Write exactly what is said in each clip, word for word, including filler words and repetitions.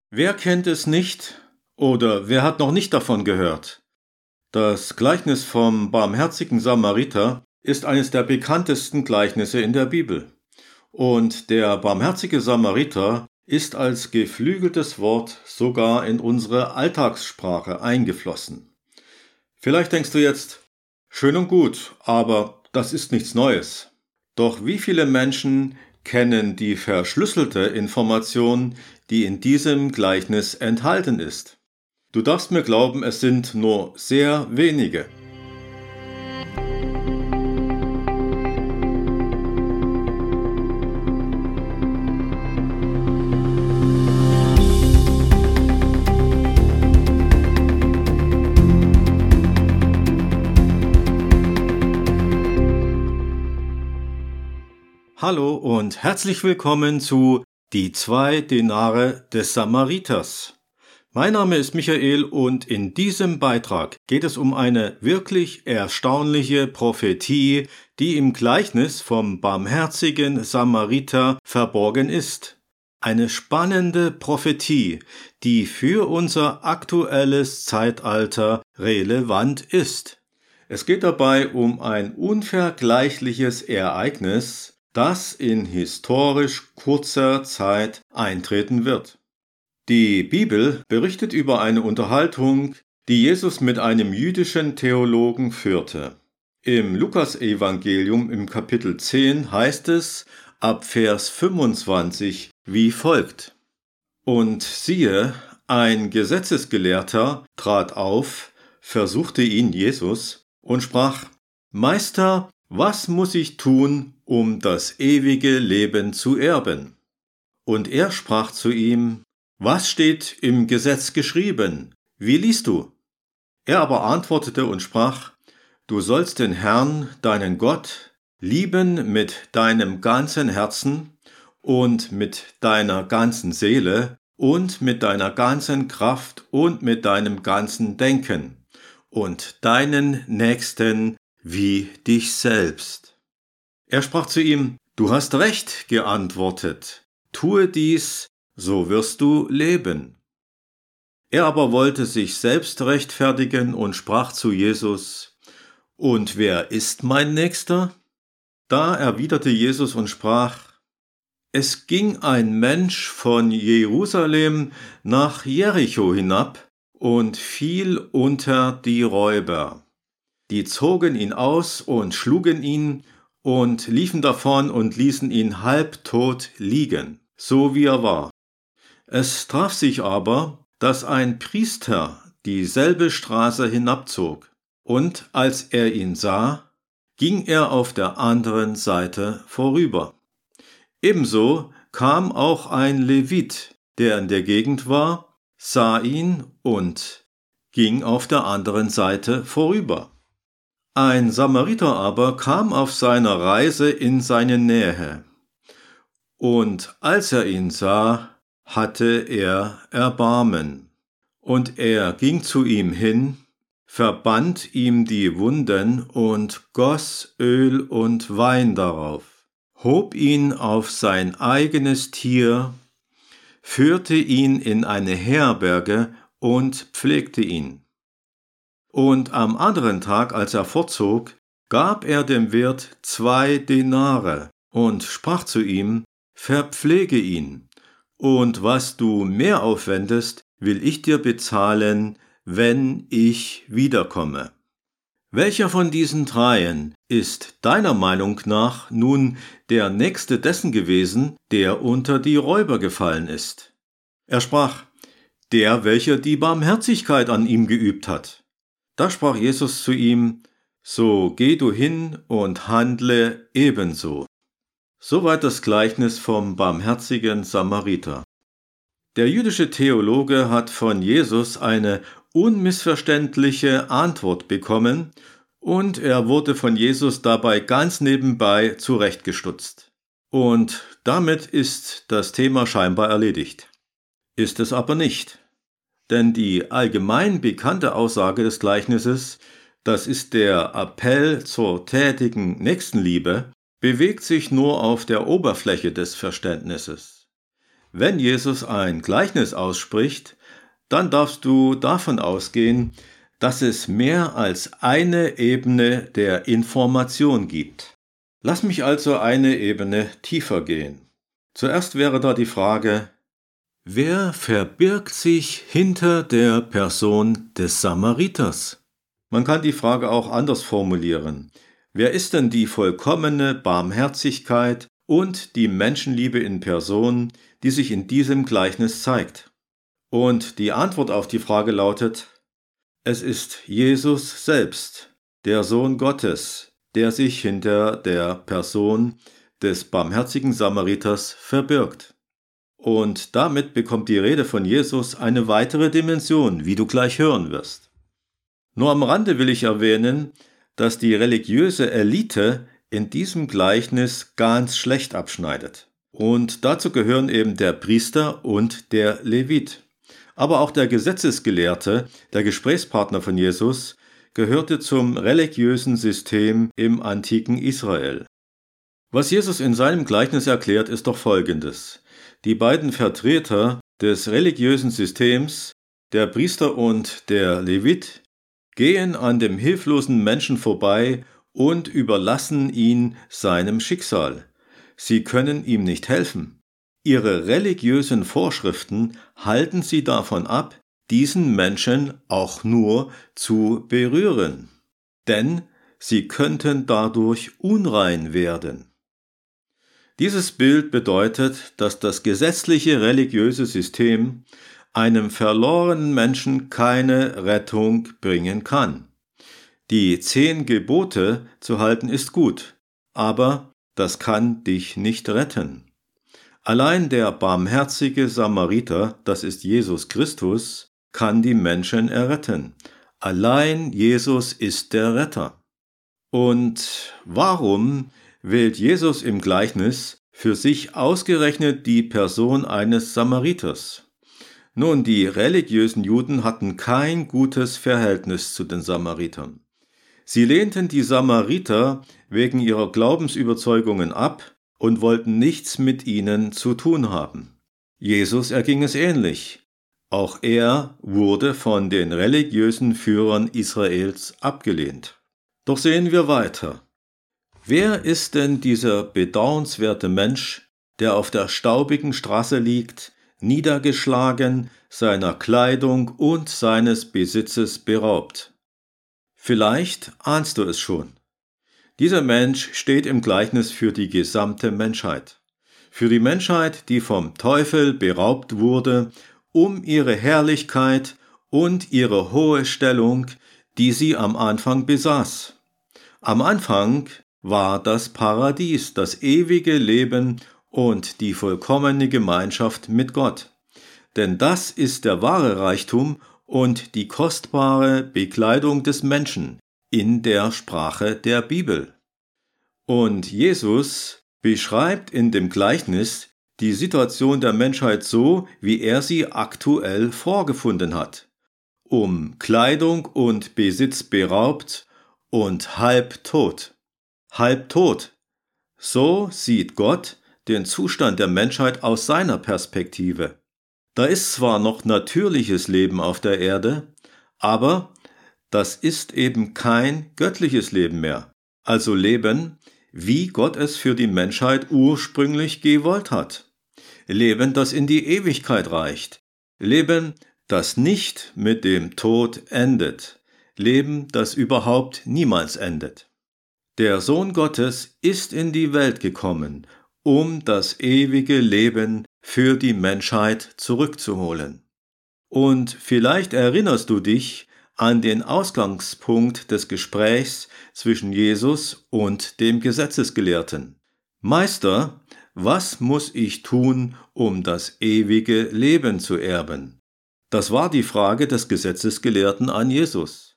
Wer kennt es nicht oder wer hat noch nicht davon gehört? Das Gleichnis vom barmherzigen Samariter ist eines der bekanntesten Gleichnisse in der Bibel. Und der barmherzige Samariter ist als geflügeltes Wort sogar in unsere Alltagssprache eingeflossen. Vielleicht denkst du jetzt, schön und gut, aber das ist nichts Neues. Doch wie viele Menschen kennen die verschlüsselte Information, die in diesem Gleichnis enthalten ist? Du darfst mir glauben, es sind nur sehr wenige. Hallo und herzlich willkommen zu Die zwei Denare des Samariters. Mein Name ist Michael und in diesem Beitrag geht es um eine wirklich erstaunliche Prophetie, die im Gleichnis vom barmherzigen Samariter verborgen ist. Eine spannende Prophetie, die für unser aktuelles Zeitalter relevant ist. Es geht dabei um ein unvergleichliches Ereignis, das in historisch kurzer Zeit eintreten wird. Die Bibel berichtet über eine Unterhaltung, die Jesus mit einem jüdischen Theologen führte. Im Lukasevangelium im Kapitel zehn heißt es ab Vers fünfundzwanzig wie folgt: Und siehe, ein Gesetzesgelehrter trat auf, versuchte ihn, Jesus, und sprach: Meister, was muss ich tun, um das ewige Leben zu erben? Und er sprach zu ihm: Was steht im Gesetz geschrieben? Wie liest du? Er aber antwortete und sprach: Du sollst den Herrn, deinen Gott, lieben mit deinem ganzen Herzen und mit deiner ganzen Seele und mit deiner ganzen Kraft und mit deinem ganzen Denken und deinen Nächsten wie dich selbst. Er sprach zu ihm: Du hast recht geantwortet. Tue dies, so wirst du leben. Er aber wollte sich selbst rechtfertigen und sprach zu Jesus: Und wer ist mein Nächster? Da erwiderte Jesus und sprach: Es ging ein Mensch von Jerusalem nach Jericho hinab und fiel unter die Räuber. Die zogen ihn aus und schlugen ihn und liefen davon und ließen ihn halbtot liegen, so wie er war. Es traf sich aber, dass ein Priester dieselbe Straße hinabzog, und als er ihn sah, ging er auf der anderen Seite vorüber. Ebenso kam auch ein Levit, der in der Gegend war, sah ihn und ging auf der anderen Seite vorüber. Ein Samariter aber kam auf seiner Reise in seine Nähe, und als er ihn sah, hatte er Erbarmen. Und er ging zu ihm hin, verband ihm die Wunden und goss Öl und Wein darauf, hob ihn auf sein eigenes Tier, führte ihn in eine Herberge und pflegte ihn. Und am anderen Tag, als er fortzog, gab er dem Wirt zwei Denare und sprach zu ihm: Verpflege ihn, und was du mehr aufwendest, will ich dir bezahlen, wenn ich wiederkomme. Welcher von diesen dreien ist deiner Meinung nach nun der Nächste dessen gewesen, der unter die Räuber gefallen ist? Er sprach: Der, welcher die Barmherzigkeit an ihm geübt hat. Da sprach Jesus zu ihm: So geh du hin und handle ebenso. Soweit das Gleichnis vom barmherzigen Samariter. Der jüdische Theologe hat von Jesus eine unmissverständliche Antwort bekommen und er wurde von Jesus dabei ganz nebenbei zurechtgestutzt. Und damit ist das Thema scheinbar erledigt. Ist es aber nicht. Denn die allgemein bekannte Aussage des Gleichnisses, das ist der Appell zur tätigen Nächstenliebe, bewegt sich nur auf der Oberfläche des Verständnisses. Wenn Jesus ein Gleichnis ausspricht, dann darfst du davon ausgehen, dass es mehr als eine Ebene der Information gibt. Lass mich also eine Ebene tiefer gehen. Zuerst wäre da die Frage: Wer verbirgt sich hinter der Person des Samariters? Man kann die Frage auch anders formulieren. Wer ist denn die vollkommene Barmherzigkeit und die Menschenliebe in Person, die sich in diesem Gleichnis zeigt? Und die Antwort auf die Frage lautet: Es ist Jesus selbst, der Sohn Gottes, der sich hinter der Person des barmherzigen Samariters verbirgt. Und damit bekommt die Rede von Jesus eine weitere Dimension, wie du gleich hören wirst. Nur am Rande will ich erwähnen, dass die religiöse Elite in diesem Gleichnis ganz schlecht abschneidet. Und dazu gehören eben der Priester und der Levit. Aber auch der Gesetzesgelehrte, der Gesprächspartner von Jesus, gehörte zum religiösen System im antiken Israel. Was Jesus in seinem Gleichnis erklärt, ist doch Folgendes. Die beiden Vertreter des religiösen Systems, der Priester und der Levit, gehen an dem hilflosen Menschen vorbei und überlassen ihn seinem Schicksal. Sie können ihm nicht helfen. Ihre religiösen Vorschriften halten sie davon ab, diesen Menschen auch nur zu berühren. Denn sie könnten dadurch unrein werden. Dieses Bild bedeutet, dass das gesetzliche religiöse System einem verlorenen Menschen keine Rettung bringen kann. Die zehn Gebote zu halten ist gut, aber das kann dich nicht retten. Allein der barmherzige Samariter, das ist Jesus Christus, kann die Menschen erretten. Allein Jesus ist der Retter. Und warum wählt Jesus im Gleichnis für sich ausgerechnet die Person eines Samariters? Nun, die religiösen Juden hatten kein gutes Verhältnis zu den Samaritern. Sie lehnten die Samariter wegen ihrer Glaubensüberzeugungen ab und wollten nichts mit ihnen zu tun haben. Jesus erging es ähnlich. Auch er wurde von den religiösen Führern Israels abgelehnt. Doch sehen wir weiter. Wer ist denn dieser bedauernswerte Mensch, der auf der staubigen Straße liegt, niedergeschlagen, seiner Kleidung und seines Besitzes beraubt? Vielleicht ahnst du es schon. Dieser Mensch steht im Gleichnis für die gesamte Menschheit. Für die Menschheit, die vom Teufel beraubt wurde, um ihre Herrlichkeit und ihre hohe Stellung, die sie am Anfang besaß. Am Anfang war das Paradies, das ewige Leben und die vollkommene Gemeinschaft mit Gott. Denn das ist der wahre Reichtum und die kostbare Bekleidung des Menschen in der Sprache der Bibel. Und Jesus beschreibt in dem Gleichnis die Situation der Menschheit so, wie er sie aktuell vorgefunden hat. Um Kleidung und Besitz beraubt und halb tot. Halb tot. So sieht Gott den Zustand der Menschheit aus seiner Perspektive. Da ist zwar noch natürliches Leben auf der Erde, aber das ist eben kein göttliches Leben mehr. Also Leben, wie Gott es für die Menschheit ursprünglich gewollt hat. Leben, das in die Ewigkeit reicht. Leben, das nicht mit dem Tod endet. Leben, das überhaupt niemals endet. Der Sohn Gottes ist in die Welt gekommen, um das ewige Leben für die Menschheit zurückzuholen. Und vielleicht erinnerst du dich an den Ausgangspunkt des Gesprächs zwischen Jesus und dem Gesetzesgelehrten. Meister, was muss ich tun, um das ewige Leben zu erben? Das war die Frage des Gesetzesgelehrten an Jesus.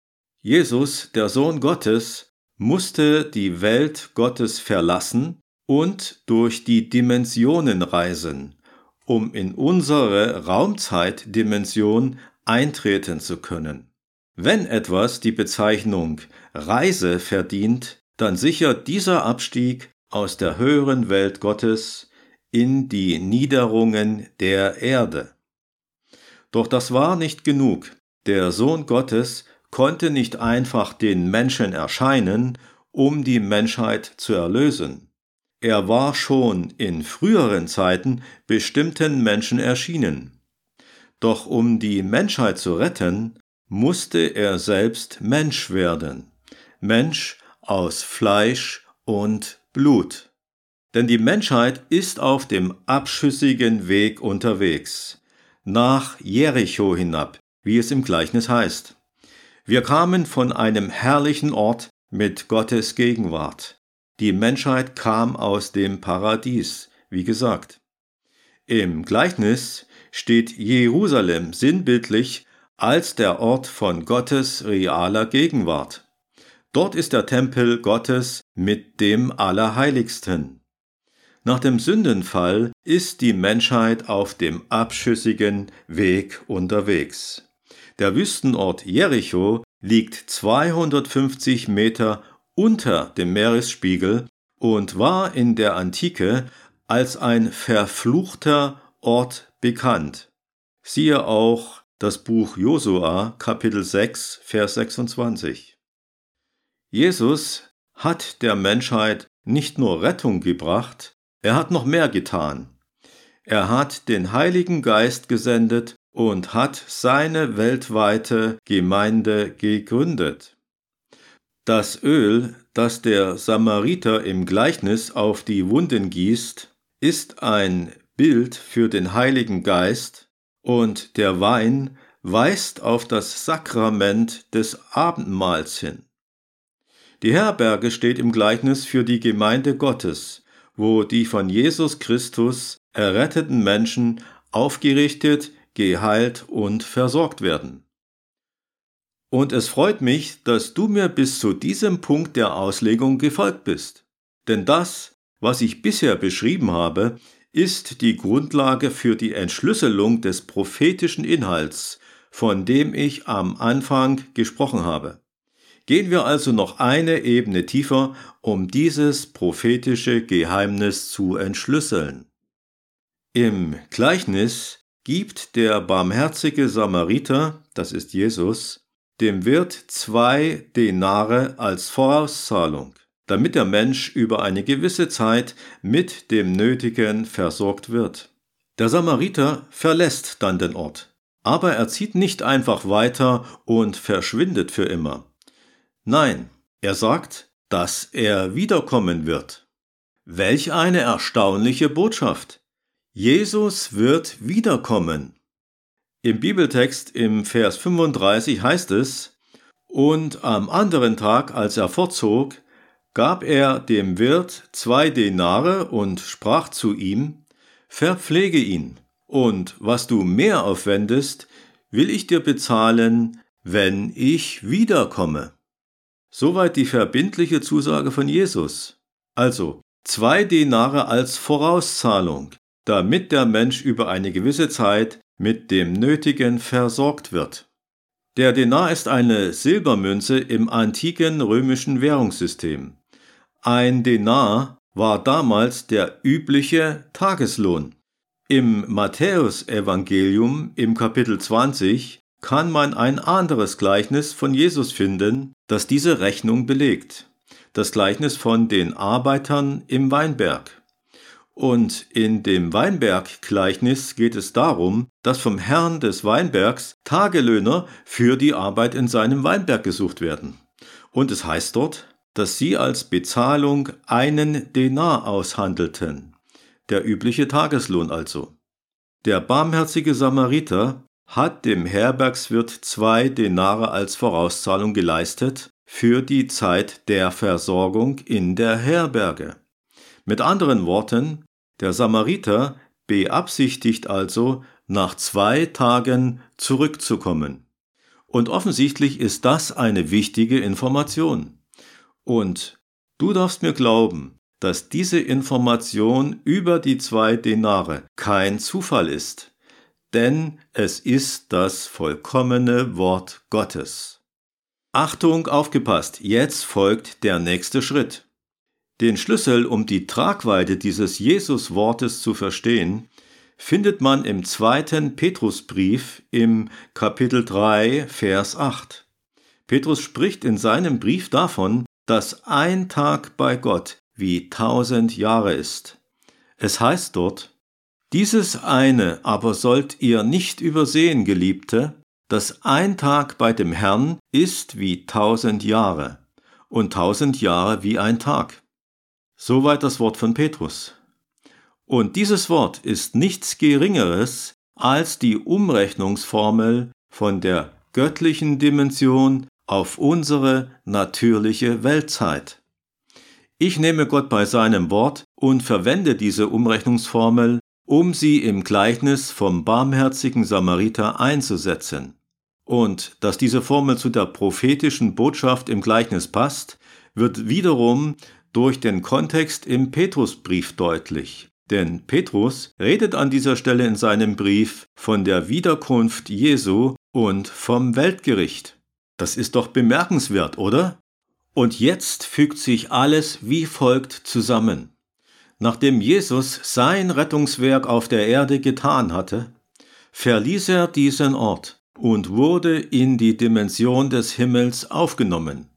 Jesus, der Sohn Gottes, musste die Welt Gottes verlassen und durch die Dimensionen reisen, um in unsere Raumzeitdimension eintreten zu können. Wenn etwas die Bezeichnung Reise verdient, dann sicher dieser Abstieg aus der höheren Welt Gottes in die Niederungen der Erde. Doch das war nicht genug. Der Sohn Gottes konnte nicht einfach den Menschen erscheinen, um die Menschheit zu erlösen. Er war schon in früheren Zeiten bestimmten Menschen erschienen. Doch um die Menschheit zu retten, musste er selbst Mensch werden. Mensch aus Fleisch und Blut. Denn die Menschheit ist auf dem abschüssigen Weg unterwegs, nach Jericho hinab, wie es im Gleichnis heißt. Wir kamen von einem herrlichen Ort mit Gottes Gegenwart. Die Menschheit kam aus dem Paradies, wie gesagt. Im Gleichnis steht Jerusalem sinnbildlich als der Ort von Gottes realer Gegenwart. Dort ist der Tempel Gottes mit dem Allerheiligsten. Nach dem Sündenfall ist die Menschheit auf dem abschüssigen Weg unterwegs. Der Wüstenort Jericho liegt zweihundertfünfzig Meter unter dem Meeresspiegel und war in der Antike als ein verfluchter Ort bekannt. Siehe auch das Buch Josua, Kapitel sechs, Vers sechsundzwanzig. Jesus hat der Menschheit nicht nur Rettung gebracht, er hat noch mehr getan. Er hat den Heiligen Geist gesendet und hat seine weltweite Gemeinde gegründet. Das Öl, das der Samariter im Gleichnis auf die Wunden gießt, ist ein Bild für den Heiligen Geist und der Wein weist auf das Sakrament des Abendmahls hin. Die Herberge steht im Gleichnis für die Gemeinde Gottes, wo die von Jesus Christus erretteten Menschen aufgerichtet, geheilt und versorgt werden. Und es freut mich, dass du mir bis zu diesem Punkt der Auslegung gefolgt bist. Denn das, was ich bisher beschrieben habe, ist die Grundlage für die Entschlüsselung des prophetischen Inhalts, von dem ich am Anfang gesprochen habe. Gehen wir also noch eine Ebene tiefer, um dieses prophetische Geheimnis zu entschlüsseln. Im Gleichnis gibt der barmherzige Samariter, das ist Jesus, dem Wirt zwei Denare als Vorauszahlung, damit der Mensch über eine gewisse Zeit mit dem Nötigen versorgt wird. Der Samariter verlässt dann den Ort, aber er zieht nicht einfach weiter und verschwindet für immer. Nein, er sagt, dass er wiederkommen wird. Welch eine erstaunliche Botschaft! Jesus wird wiederkommen. Im Bibeltext im Vers fünfunddreißig heißt es: Und am anderen Tag, als er fortzog, gab er dem Wirt zwei Denare und sprach zu ihm: Verpflege ihn, und was du mehr aufwendest, will ich dir bezahlen, wenn ich wiederkomme. Soweit die verbindliche Zusage von Jesus. Also zwei Denare als Vorauszahlung, damit der Mensch über eine gewisse Zeit mit dem Nötigen versorgt wird. Der Denar ist eine Silbermünze im antiken römischen Währungssystem. Ein Denar war damals der übliche Tageslohn. Im Matthäusevangelium im Kapitel zwanzig kann man ein anderes Gleichnis von Jesus finden, das diese Rechnung belegt. Das Gleichnis von den Arbeitern im Weinberg. Und in dem Weinberg-Gleichnis geht es darum, dass vom Herrn des Weinbergs Tagelöhner für die Arbeit in seinem Weinberg gesucht werden. Und es heißt dort, dass sie als Bezahlung einen Denar aushandelten, der übliche Tageslohn also. Der barmherzige Samariter hat dem Herbergswirt zwei Denare als Vorauszahlung geleistet für die Zeit der Versorgung in der Herberge. Mit anderen Worten, der Samariter beabsichtigt also, nach zwei Tagen zurückzukommen. Und offensichtlich ist das eine wichtige Information. Und du darfst mir glauben, dass diese Information über die zwei Denare kein Zufall ist, denn es ist das vollkommene Wort Gottes. Achtung, aufgepasst, jetzt folgt der nächste Schritt. Den Schlüssel, um die Tragweite dieses Jesus-Wortes zu verstehen, findet man im zweiten Petrusbrief im Kapitel drei, Vers acht. Petrus spricht in seinem Brief davon, dass ein Tag bei Gott wie tausend Jahre ist. Es heißt dort: Dieses eine aber sollt ihr nicht übersehen, Geliebte, dass ein Tag bei dem Herrn ist wie tausend Jahre und tausend Jahre wie ein Tag. Soweit das Wort von Petrus. Und dieses Wort ist nichts Geringeres als die Umrechnungsformel von der göttlichen Dimension auf unsere natürliche Weltzeit. Ich nehme Gott bei seinem Wort und verwende diese Umrechnungsformel, um sie im Gleichnis vom barmherzigen Samariter einzusetzen. Und dass diese Formel zu der prophetischen Botschaft im Gleichnis passt, wird wiederum durch den Kontext im Petrusbrief deutlich. Denn Petrus redet an dieser Stelle in seinem Brief von der Wiederkunft Jesu und vom Weltgericht. Das ist doch bemerkenswert, oder? Und jetzt fügt sich alles wie folgt zusammen. Nachdem Jesus sein Rettungswerk auf der Erde getan hatte, verließ er diesen Ort und wurde in die Dimension des Himmels aufgenommen.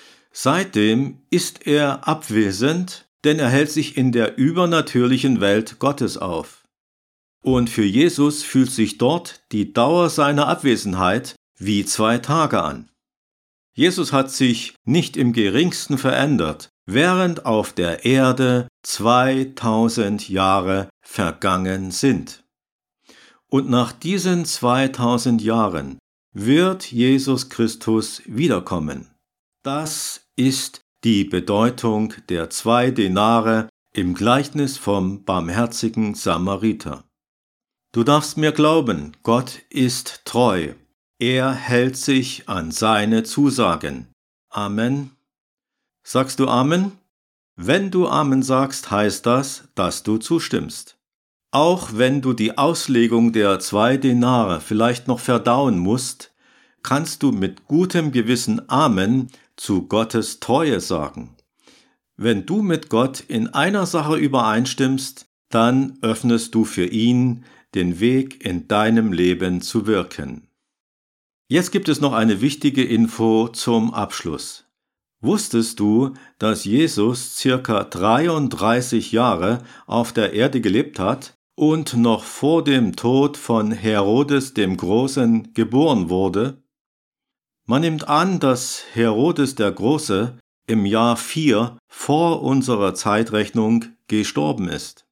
Seitdem ist er abwesend, denn er hält sich in der übernatürlichen Welt Gottes auf. Und für Jesus fühlt sich dort die Dauer seiner Abwesenheit wie zwei Tage an. Jesus hat sich nicht im geringsten verändert, während auf der Erde zweitausend Jahre vergangen sind. Und nach diesen zweitausend Jahren wird Jesus Christus wiederkommen. Das ist die Bedeutung der zwei Denare im Gleichnis vom barmherzigen Samariter. Du darfst mir glauben, Gott ist treu. Er hält sich an seine Zusagen. Amen. Sagst du Amen? Wenn du Amen sagst, heißt das, dass du zustimmst. Auch wenn du die Auslegung der zwei Denare vielleicht noch verdauen musst, kannst du mit gutem Gewissen Amen zu Gottes Treue sagen. Wenn du mit Gott in einer Sache übereinstimmst, dann öffnest du für ihn den Weg in deinem Leben zu wirken. Jetzt gibt es noch eine wichtige Info zum Abschluss. Wusstest du, dass Jesus circa dreiunddreißig Jahre auf der Erde gelebt hat und noch vor dem Tod von Herodes dem Großen geboren wurde? Man nimmt an, dass Herodes der Große im Jahr vier vor unserer Zeitrechnung gestorben ist.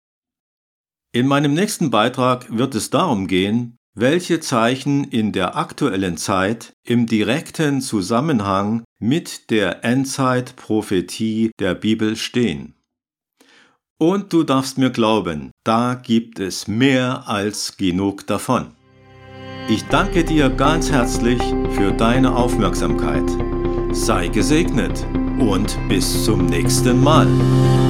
In meinem nächsten Beitrag wird es darum gehen, welche Zeichen in der aktuellen Zeit im direkten Zusammenhang mit der Endzeitprophetie der Bibel stehen. Und du darfst mir glauben, da gibt es mehr als genug davon. Ich danke dir ganz herzlich für deine Aufmerksamkeit. Sei gesegnet und bis zum nächsten Mal.